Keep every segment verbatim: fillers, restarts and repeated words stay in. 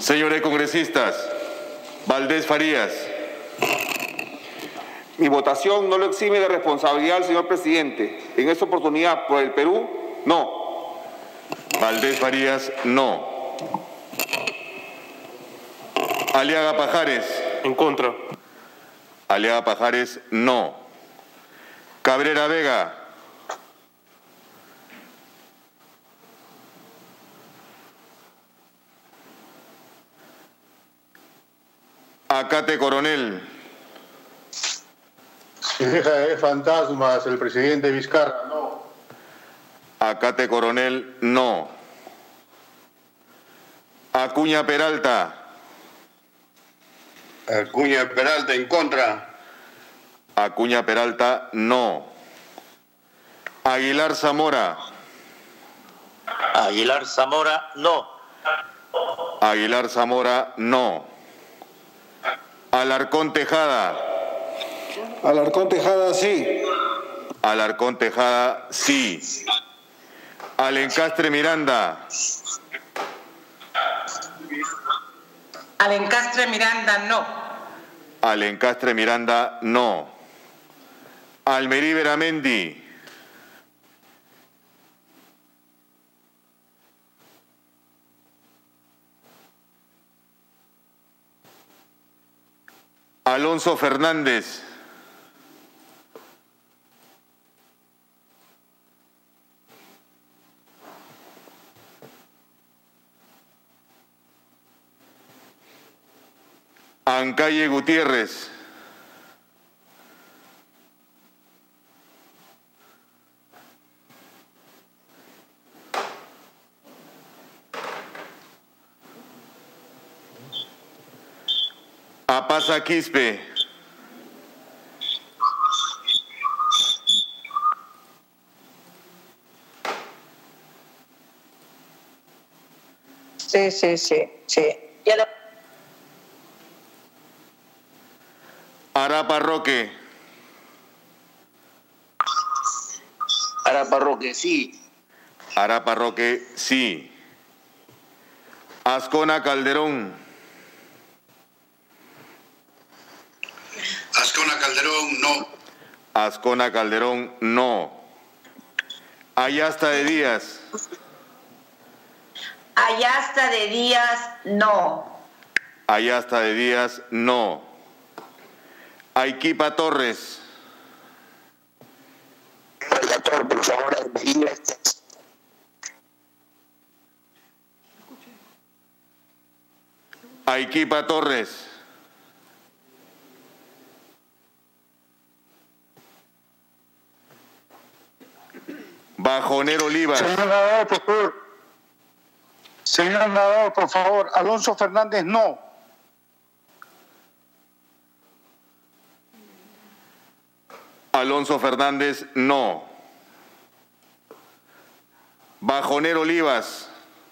Señores congresistas, Valdés Farías. Mi votación no lo exime de responsabilidad al señor presidente. En esta oportunidad, por el Perú, no. Valdés Farías, no. Aliaga Pajares. En contra. Aliaga Pajares, no. Cabrera Vega. Acate Coronel. Si deja de ver fantasmas el presidente Vizcarra, no. Acate Coronel, no. Acuña Peralta. Acuña Peralta en contra. Acuña Peralta, no. Aguilar Zamora. Aguilar Zamora, no. Aguilar Zamora, no. Alarcón Tejada. Alarcón Tejada, sí. Alarcón Tejada, sí. Alencastre Miranda. Alencastre Miranda, no. Alencastre Miranda, no. Almerí Beramendi. Alonso Fernández. Ancalle Gutiérrez. Apasa Quispe. Sí, sí, sí, sí. Ya lo... Arapa Roque. Arapa Roque, sí. Arapa Roque, sí. Ascona Calderón. Ascona Calderón, no. Ascona Calderón, no. Ayasta de Díaz. Ayasta de Díaz, no. Ayasta de Díaz, no. Aiquipa Torres. Relator, por favor, Almería. Aiquipa Torres. Bajonero Olivas. Señor Nadador, por favor. Señor Nadador, por favor. Alonso Fernández, no. Alonso Fernández, no. Bajonero Olivas.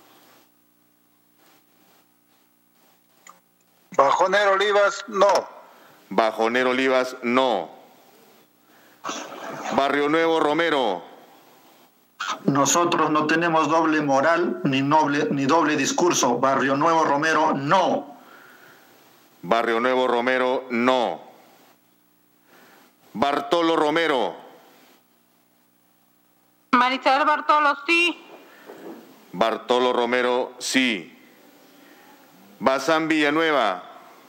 Bajonero Olivas, no. Bajonero Olivas, no. Barrio Nuevo Romero. Nosotros no tenemos doble moral ni, noble, ni doble discurso. Barrio Nuevo Romero, no. Barrio Nuevo Romero, no. Bartolo Romero. Marisabel Bartolo, sí. Bartolo Romero, sí. Bazán Villanueva.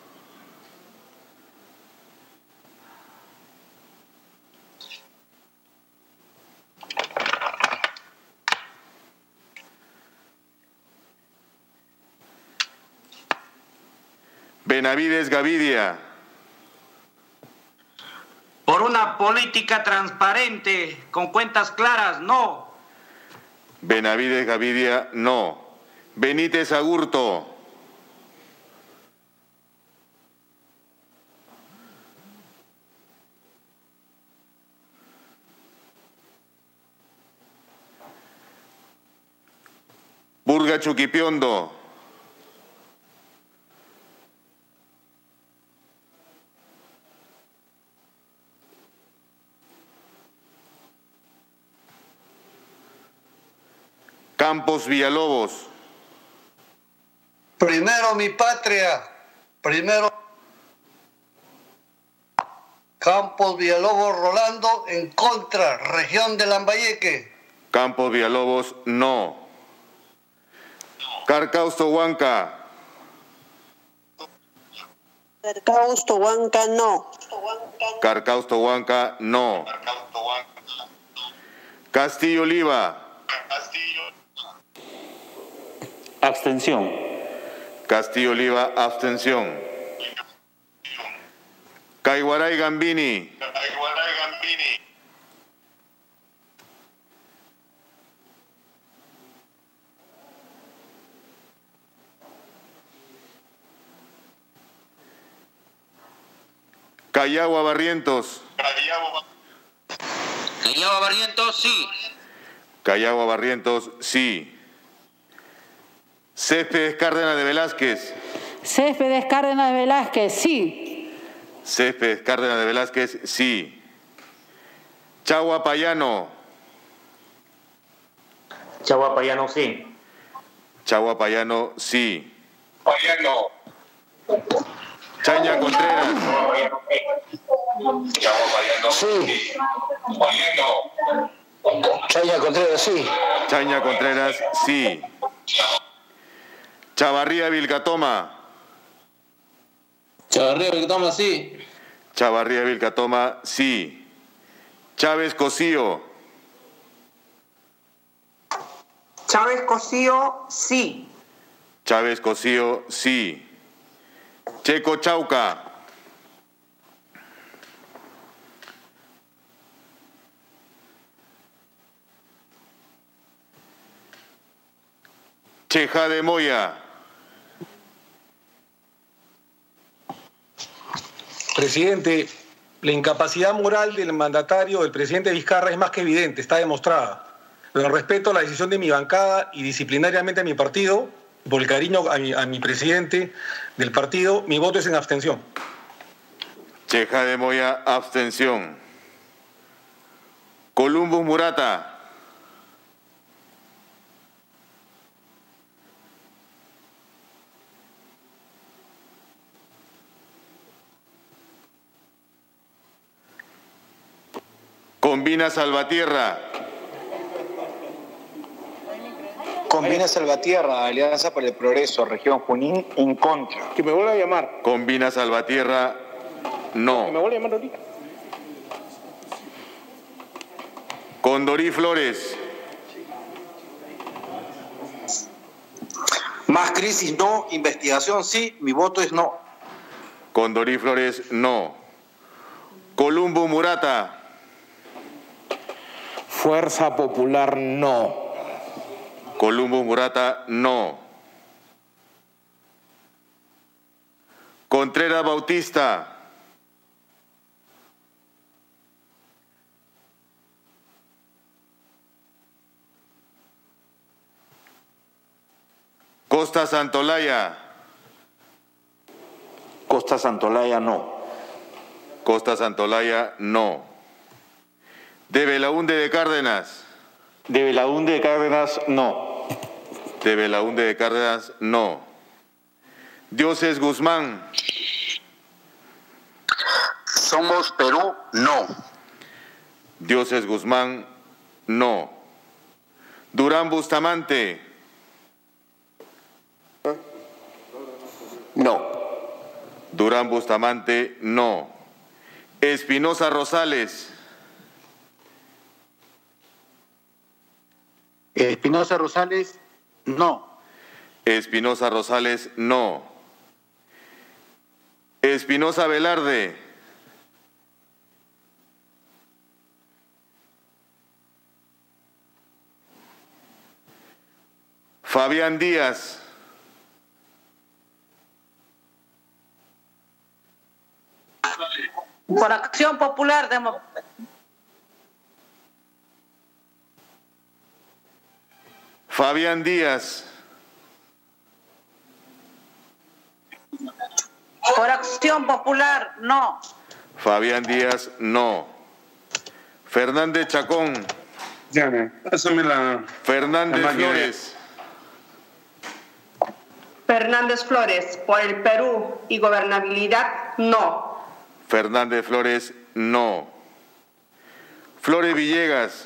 Benavides Gavidia. Por una política transparente, con cuentas claras, no. Benavides Gavidia, no. Benítez Agurto. Burga Chuquipiondo. Campos Villalobos. Primero mi patria. Primero Campos Villalobos Rolando en contra. Región de Lambayeque. Campos Villalobos, no. Carcausto Huanca. Carcausto Huanca, no. Carcausto Huanca, no. Castillo Oliva. Abstención. Castillo Oliva, abstención. Caiguaray Gambini. Callagua Barrientos. Callao Barrientos, sí. Callagua Barrientos, sí. Céspedes Cárdenas de Velázquez. Céspedes Cárdenas de Velázquez, sí. Céspedes Cárdenas de Velázquez, sí. Chagua Payano. Chagua Payano, sí. Chagua Payano, sí. Payano. Chaña Contreras. Sí. Chaña Contreras, sí. Chaña Contreras, sí. Chavarría Vilcatoma. Chavarría Vilcatoma, sí. Chavarría Vilcatoma, sí. Chávez Cosío. Chávez Cosío, sí. Chávez Cosío, sí. Checo Chauca. Cheja de Moya. Presidente, la incapacidad moral del mandatario, del presidente Vizcarra, es más que evidente, está demostrada. Pero respeto a la decisión de mi bancada y disciplinariamente a mi partido, por el cariño a mi, a mi presidente del partido, mi voto es en abstención. Cheja de Moya, abstención. Columbus Murata. Combina Salvatierra. Combina Salvatierra, Alianza para el Progreso, Región Junín, en contra. Que me vuelva a llamar. Combina Salvatierra, no. Que me vuelva a llamar ahorita. Condorí Flores. Más crisis no, investigación sí, mi voto es no. Condorí Flores, no. Columbo Murata. Fuerza Popular, no. Columbo Murata, no. Contreras Bautista. Costa Santolaya. Costa Santolaya, no. Costa Santolaya, no. De Belaúnde de Cárdenas. De Belaúnde de Cárdenas, no. De Belaúnde de Cárdenas, no. Dioses Guzmán. Somos Perú, no. Dioses Guzmán, no. Durán Bustamante. No. Durán Bustamante, no. Espinosa Rosales. Espinosa Rosales, no. Espinosa Rosales, no. Espinosa Velarde. Fabián Díaz. Por Acción Popular Democrática. Fabián Díaz. Por Acción Popular, no. Fabián Díaz, no. Fernández Chacón. Llame, pásame la... Fernández la máquina. Flores. Fernández Flores, por el Perú y gobernabilidad, no. Fernández Flores, no. Flores Villegas.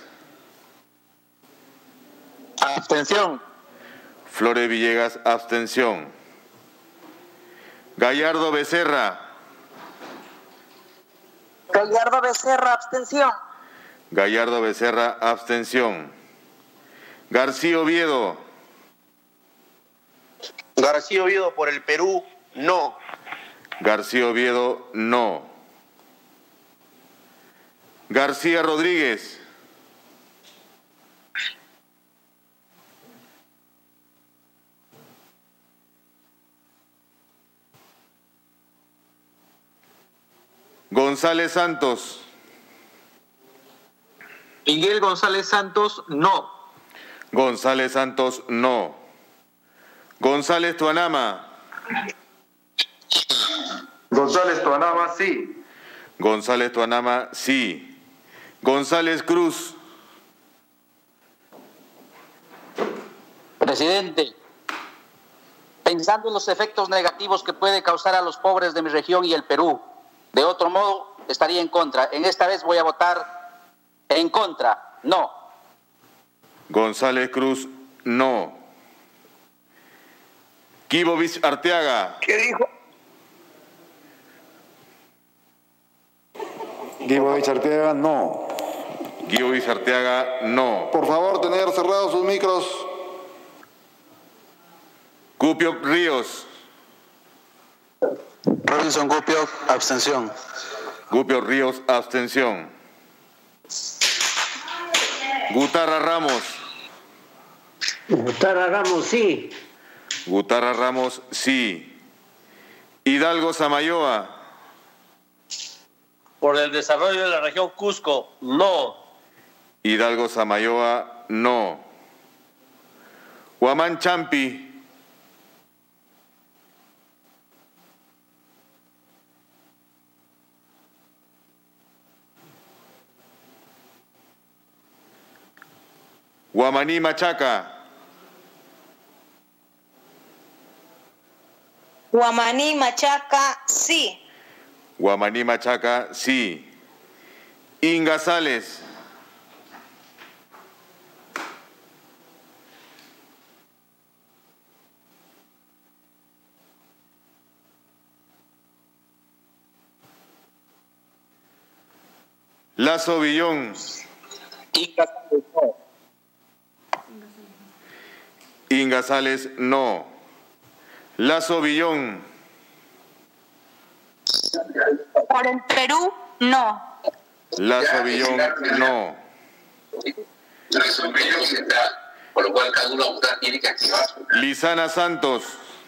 Abstención. Flores Villegas, abstención. Gallardo Becerra. Gallardo Becerra, abstención. Gallardo Becerra, abstención. García Oviedo. García Oviedo, por el Perú, no. García Oviedo, no. García Rodríguez. González Santos. Miguel González Santos, no. González Santos, no. González Tuanama. González Tuanama, sí. González Tuanama, sí. González Cruz. Presidente, pensando en los efectos negativos que puede causar a los pobres de mi región y el Perú, de otro modo estaría en contra. En esta vez voy a votar en contra, no. González Cruz, no. Kibovich Arteaga. ¿Qué dijo? Kibovich Arteaga, no. Kibovich Arteaga, no. Por favor, tener cerrados sus micros. Cupio Ríos. Robinson Cupio, abstención. Cupio Ríos, abstención. Gutarra Ramos. Gutarra Ramos, sí. Gutarra Ramos, sí. Hidalgo Samayoa. Por el desarrollo de la región Cusco, no. Hidalgo Samayoa, no. Huamán Champi. Guamaní Machaca. Guamaní Machaca, sí. Guamaní Machaca, sí. Inga Sales. Lazo Villón. Inga Sales, no. Inga Sales, no. Lazo Villón. Por el Perú, no. Lazo Villón, no. Por lo cual cada uno tiene que activar su... Lizana Santos.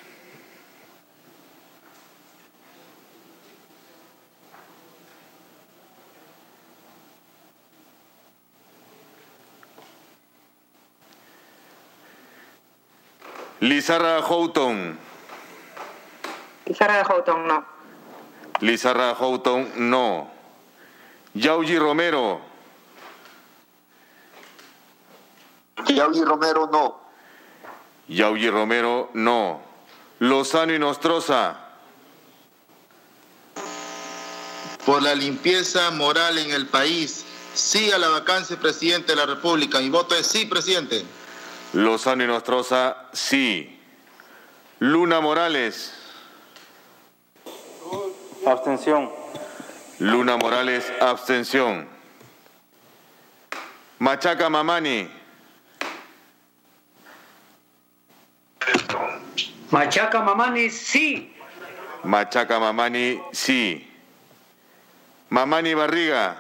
Lizarra Houghton. Lizarra Houghton, no. Lizarra Houghton, no. Yauji Romero. Yauji Romero, no. Yauji Romero, no. Lozano y Nostroza. Por la limpieza moral en el país, sí a la vacancia de presidente de la República. Mi voto es sí, presidente. Lozano y Nostroza, sí. Luna Morales. Abstención. Luna Morales, abstención. Machaca Mamani. Machaca Mamani, sí. Machaca Mamani, sí. Mamani Barriga.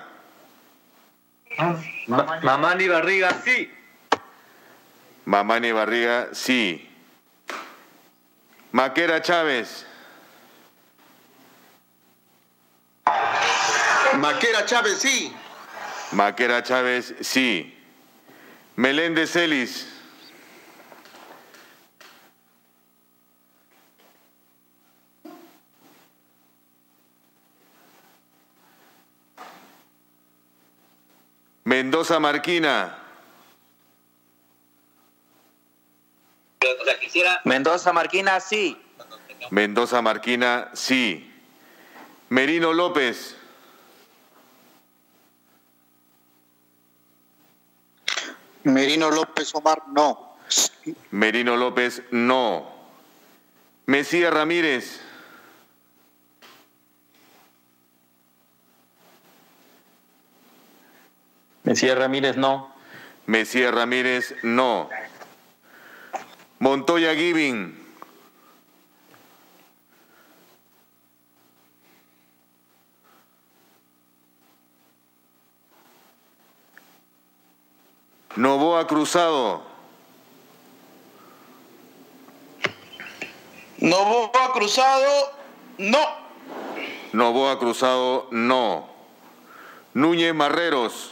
Ma Mamani Barriga, sí. Mamani Barriga, sí. Maquera Chávez. Maquera Chávez, sí. Maquera Chávez, sí. Meléndez Celis. Mendoza Marquina. O sea, quisiera Mendoza Marquina, sí. Mendoza Marquina, sí. Merino López. Merino López Omar, no. Merino López, no. Mesías Ramírez. Mesías Ramírez, no. Mesías Ramírez, no. Montoya Giving. Novoa Cruzado. Novoa Cruzado, no. Novoa Cruzado, no. Núñez Marreros.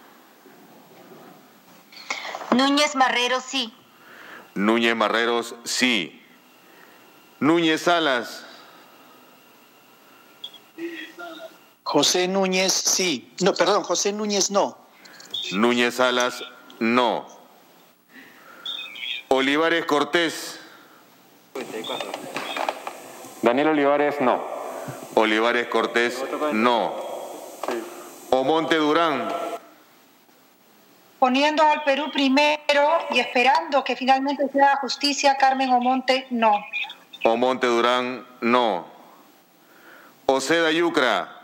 Núñez Marreros, sí. Núñez Marreros, sí. Núñez Salas. José Núñez, sí. No, perdón, José Núñez, no. Núñez Salas, no. Olivares Cortés. Daniel Olivares, no. Olivares Cortés, no. Omonte Durán. Poniendo al Perú primero y esperando que finalmente se haga justicia, Carmen Omonte, no. Omonte Durán, no. Oceda Yucra.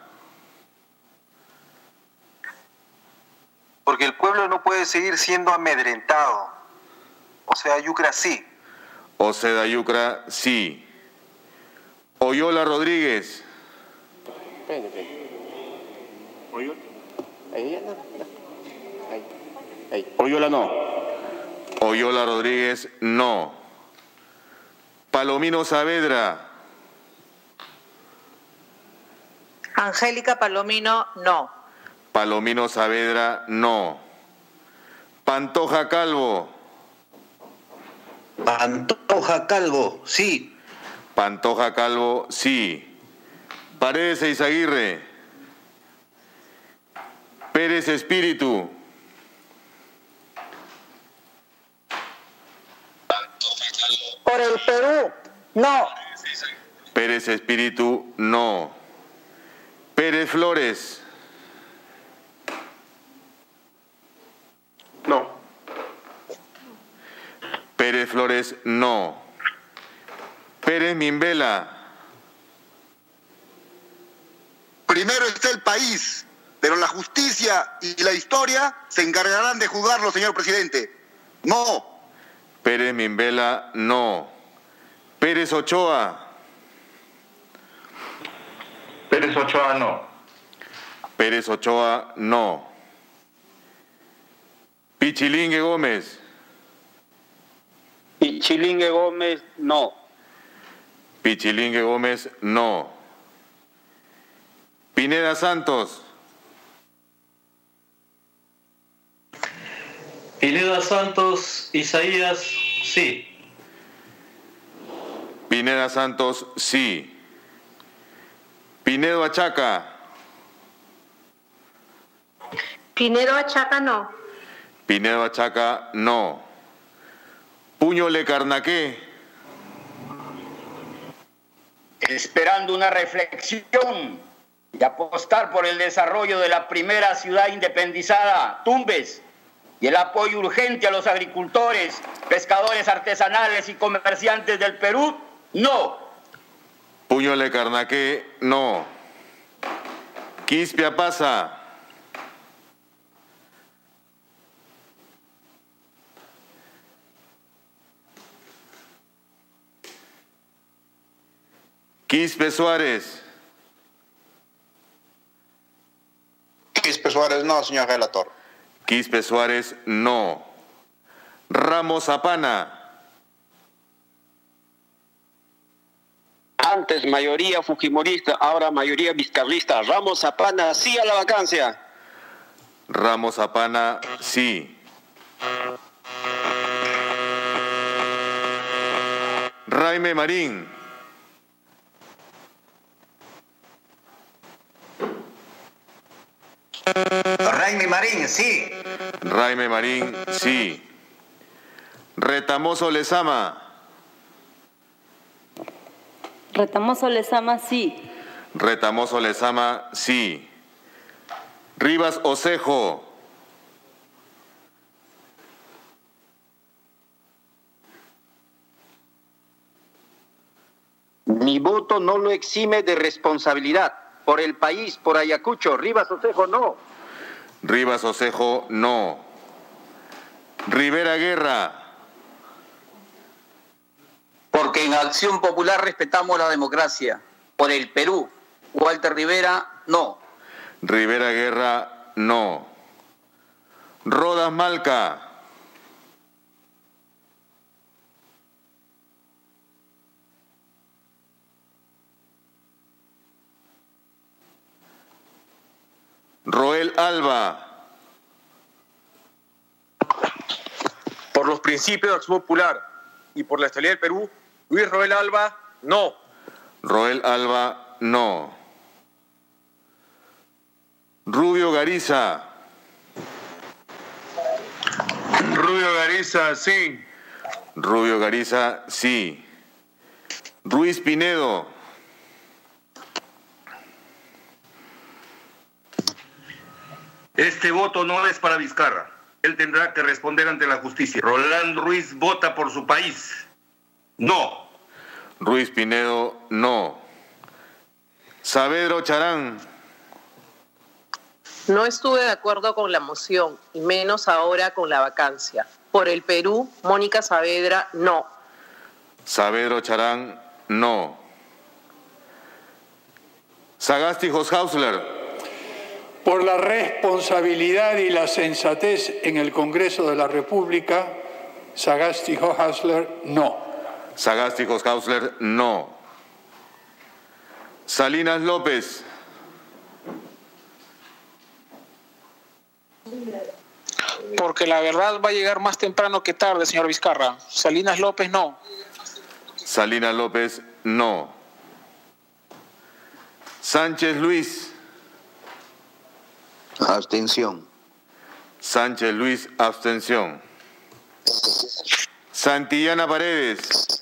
Porque el pueblo no puede seguir siendo amedrentado. Oceda Yucra, sí. Oceda Yucra, sí. Oyola Rodríguez. Oyola. Oyola, no. Oyola Rodríguez, no. Palomino Saavedra. Angélica Palomino, no. Palomino Saavedra, no. Pantoja Calvo. Pantoja Calvo, sí. Pantoja Calvo, sí. Paredes Eizaguirre. Pérez Espíritu. Por el Perú, no. Pérez Espíritu, no. Pérez Flores. No. Pérez Flores, no. Pérez Mimbela. Primero está el país, pero la justicia y la historia se encargarán de juzgarlo, señor presidente. No. Pérez Mimbela, no. Pérez Ochoa. Pérez Ochoa, no. Pérez Ochoa, no. Pichilingue Gómez. Pichilingue Gómez, no. Pichilingue Gómez, no. Pineda Santos. Pineda Santos, Isaías, sí. Pineda Santos, sí. Pinedo Achaca. Pinedo Achaca, no. Pinedo Achaca, no. Puño Lecarnaqué. Esperando una reflexión y apostar por el desarrollo de la primera ciudad independizada, Tumbes, y el apoyo urgente a los agricultores, pescadores artesanales y comerciantes del Perú, no. Puño Lecarnaqué, no. Quispia Pasa. Quispe Suárez. Quispe Suárez, no, señor relator. Quispe Suárez, no. Ramos Zapana. Antes mayoría fujimorista, ahora mayoría vizcarrista. Ramos Zapana, sí a la vacancia. Ramos Zapana, sí. Raime Marín. Raime Marín, sí. Raime Marín, sí. Retamoso Lezama. Retamoso Lezama, sí. Retamoso Lezama, sí. Rivas Osejo. Mi voto no lo exime de responsabilidad. Por el país, por Ayacucho, Rivas Osejo, no. Rivas Osejo, no. Rivera Guerra. Porque en Acción Popular respetamos la democracia. Por el Perú, Walter Rivera, no. Rivera Guerra, no. Rodas Malca. Roel Alba. Por los principios de Acción Popular y por la estabilidad del Perú, Luis Roel Alba, no. Roel Alba, no. Rubio Gariza. Rubio Gariza, sí. Rubio Gariza, sí. Ruiz Pinedo. Este voto no es para Vizcarra. Él tendrá que responder ante la justicia. Roland Ruiz vota por su país. No. Ruiz Pinedo, no. Saavedra Charán. No estuve de acuerdo con la moción, y menos ahora con la vacancia. Por el Perú, Mónica Saavedra, no. Saavedra Charán, no. Sagasti Hausler. Por la responsabilidad y la sensatez en el Congreso de la República, Sagasti Hausler, no. Sagasti Hausler, no. Salinas López. Porque la verdad va a llegar más temprano que tarde, señor Vizcarra. Salinas López, no. Salinas López, no. Sánchez Luis. Abstención. Sánchez Luis, abstención. Santillana Paredes.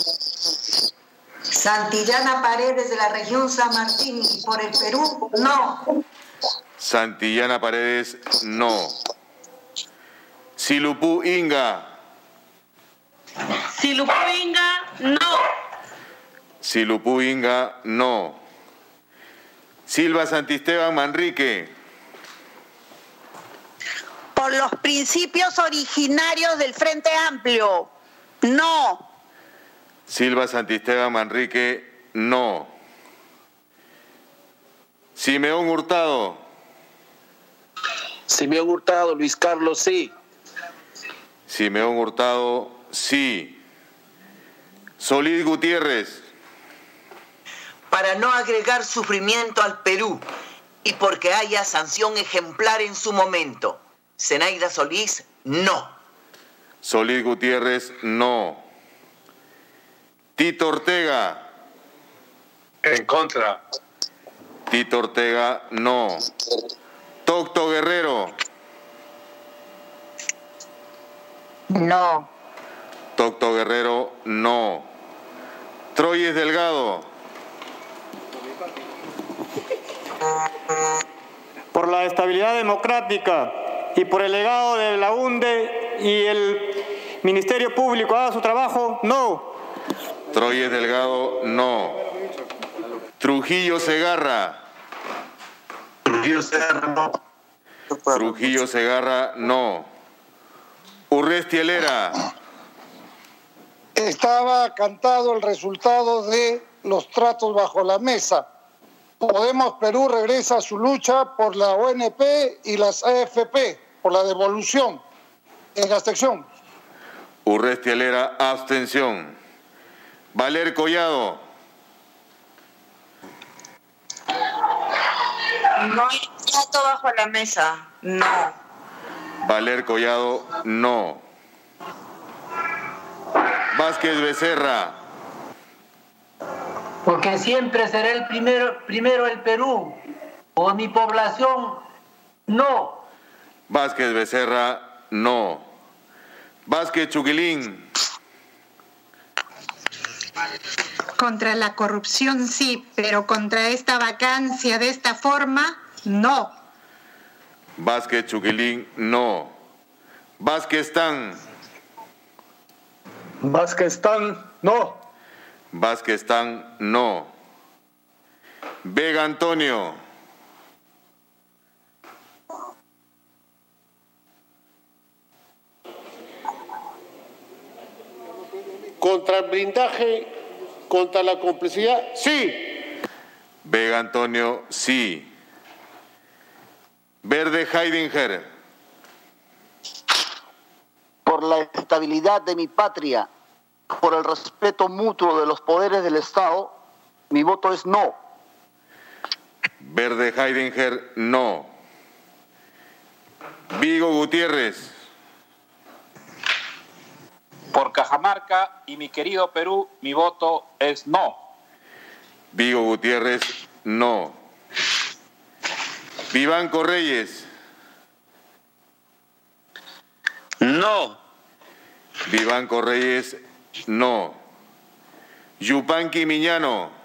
Santillana Paredes de la región San Martín y por el Perú, no. Santillana Paredes, no. Silupú Inga. Silupú Inga, no. Silupú Inga, no. Silva Santisteban Manrique. Por los principios originarios del Frente Amplio, no. Silva Santisteban Manrique, no. Simeón Hurtado. Simeón Hurtado, Luis Carlos, sí. Simeón Hurtado, sí. Solís Gutiérrez. Para no agregar sufrimiento al Perú y porque haya sanción ejemplar en su momento. Zenaida Solís, no. Solís Gutiérrez, no. Tito Ortega. En contra. Tito Ortega, no. Tocto Guerrero. No. Tocto Guerrero, no. Troyes Delgado. Por la estabilidad democrática y por el legado de la U N D E y el Ministerio Público haga su trabajo, no. Troyes Delgado, no. Trujillo Segarra. Trujillo Segarra, no. Trujillo Segarra, no. Urresti Helera. Estaba cantado el resultado de los tratos bajo la mesa. Podemos Perú regresa a su lucha por la O N P y las A F P, por la devolución. En abstención. Urresti Helera, abstención. Valer Collado. No hay trato bajo la mesa, no. Valer Collado, no. Vázquez Becerra. Porque siempre será el primero, primero el Perú. Por mi población, no. Vázquez Becerra, no. Vázquez Chuquilín. Contra la corrupción sí, pero contra esta vacancia de esta forma, no. Vázquez Chuquilín, no. Vázquez Tan. Vázquez Tan, no. Vázquez Tan, no. Vega Antonio. Contra el blindaje, contra la complicidad, sí. Vega Antonio, sí. Verde Heidinger. Por la estabilidad de mi patria, por el respeto mutuo de los poderes del Estado, mi voto es no. Verde Heidinger, no. Vigo Gutiérrez. Por Cajamarca y mi querido Perú, mi voto es no. Vigo Gutiérrez, no. Vivanco Reyes. No. Vivanco Reyes, no. Yupanqui Miñano.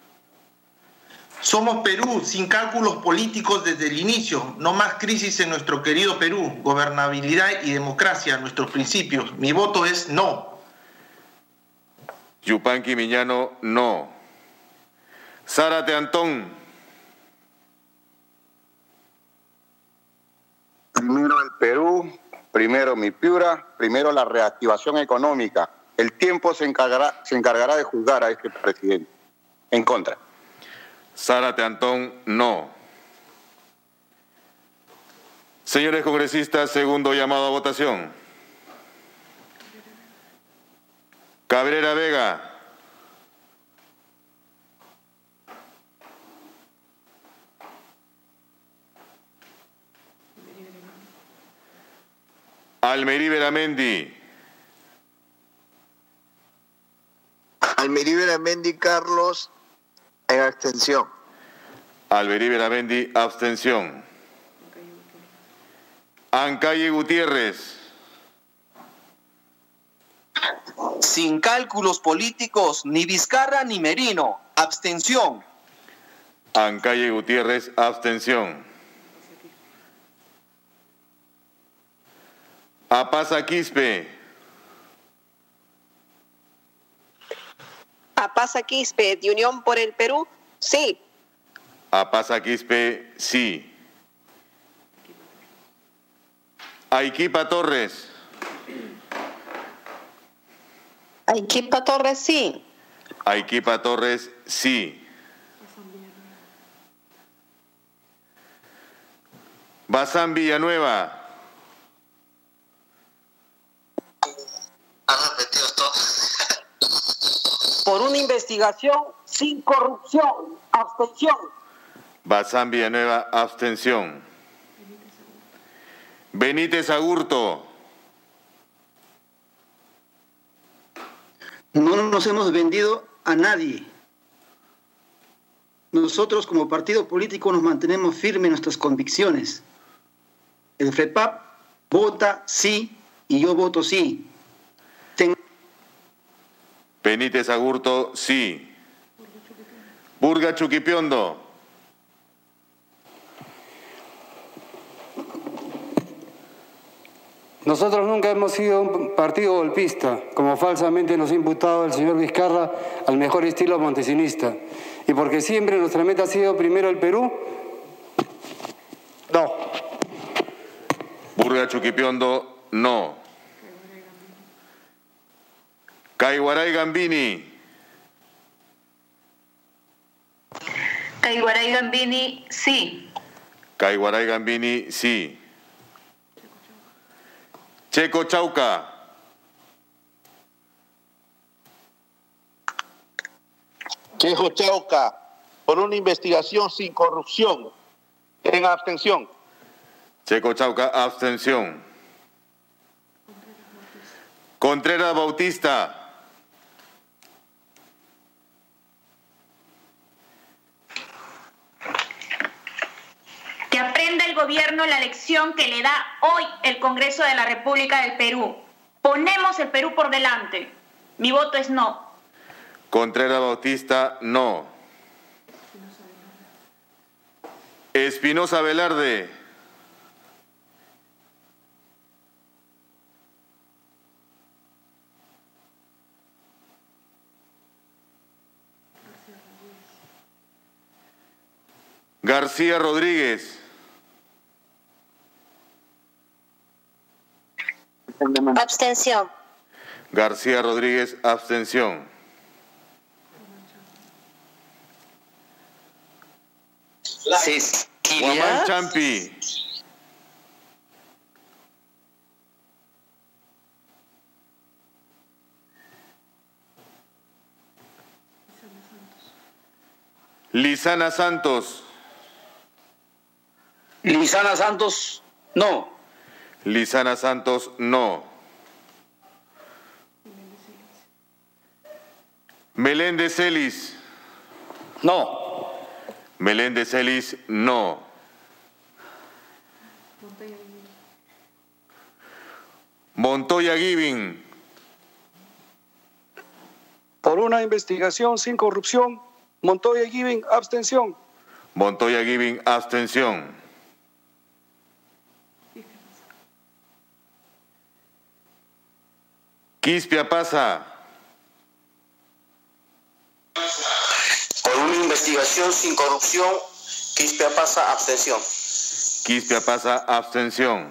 Somos Perú, sin cálculos políticos desde el inicio. No más crisis en nuestro querido Perú. Gobernabilidad y democracia, nuestros principios. Mi voto es no. Yupanqui Miñano, no. Zárate Antón. Primero el Perú, primero mi Piura, primero la reactivación económica. El tiempo se encargará, se encargará de juzgar a este presidente. En contra. Zárate Antón, no. Señores congresistas, segundo llamado a votación. Cabrera Vega. Almerí Veramendi. Almerí Veramendi Carlos, en abstención. Almerí Veramendi, abstención. Ancalle Gutiérrez. Sin cálculos políticos, ni Vizcarra ni Merino, abstención. Ancalle Gutiérrez, abstención. Apaza Quispe. Apaza Quispe, de Unión por el Perú, sí. Apaza Quispe, sí. Aiquipa Torres. Aiquipa Torres, sí. Aiquipa Torres, sí. Bazán Villanueva. Por una investigación sin corrupción, abstención. Bazán Villanueva, abstención. Benítez Agurto. No nos hemos vendido a nadie. Nosotros como partido político nos mantenemos firmes en nuestras convicciones. El FREPAP vota sí y yo voto sí. Ten... Benítez Agurto, sí. Burga Chuquipiondo. Nosotros nunca hemos sido un partido golpista, como falsamente nos ha imputado el señor Vizcarra al mejor estilo montesinista. Y porque siempre nuestra meta ha sido primero el Perú, no. Burga Chuquipiondo, no. Caiguaray Gambini. Caiguaray Gambini, sí. Caiguaray Gambini, sí. Checo Chauca. Checo Chauca, por una investigación sin corrupción, en abstención. Checo Chauca, abstención. Contreras Bautista. Que aprenda el gobierno la lección que le da hoy el Congreso de la República del Perú. Ponemos el Perú por delante. Mi voto es no. Contreras Bautista, no. Espinosa Velarde. García Rodríguez. Abstención. García Rodríguez, abstención. Guamán Champi. Lisana Santos. Lisana Santos, no. Lisana Santos, no. Meléndez Celis. No. Meléndez Celis, no. Montoya Giving. Por una investigación sin corrupción, Montoya Giving, abstención. Montoya Giving, abstención. Quispia Pasa. Por una investigación sin corrupción, Quispia Pasa, abstención. Quispia Pasa, abstención.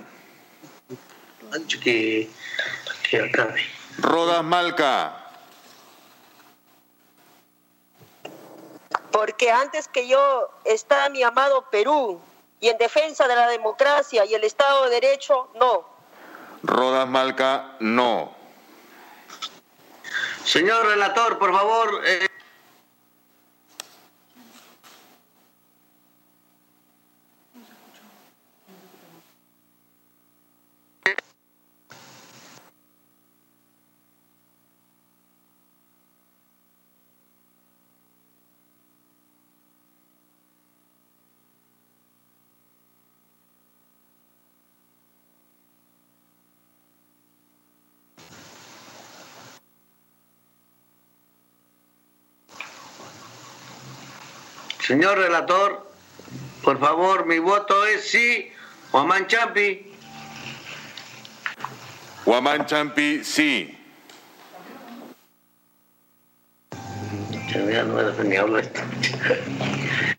Que, que acabe. Rodas Malca. Porque antes que yo está mi amado Perú, y en defensa de la democracia y el Estado de Derecho, no. Rodas Malca, no. Señor relator, por favor. Eh... Señor relator, por favor, mi voto es sí. Guamán Champi. Guamán Champi, sí. Ya no era ni hablo esto.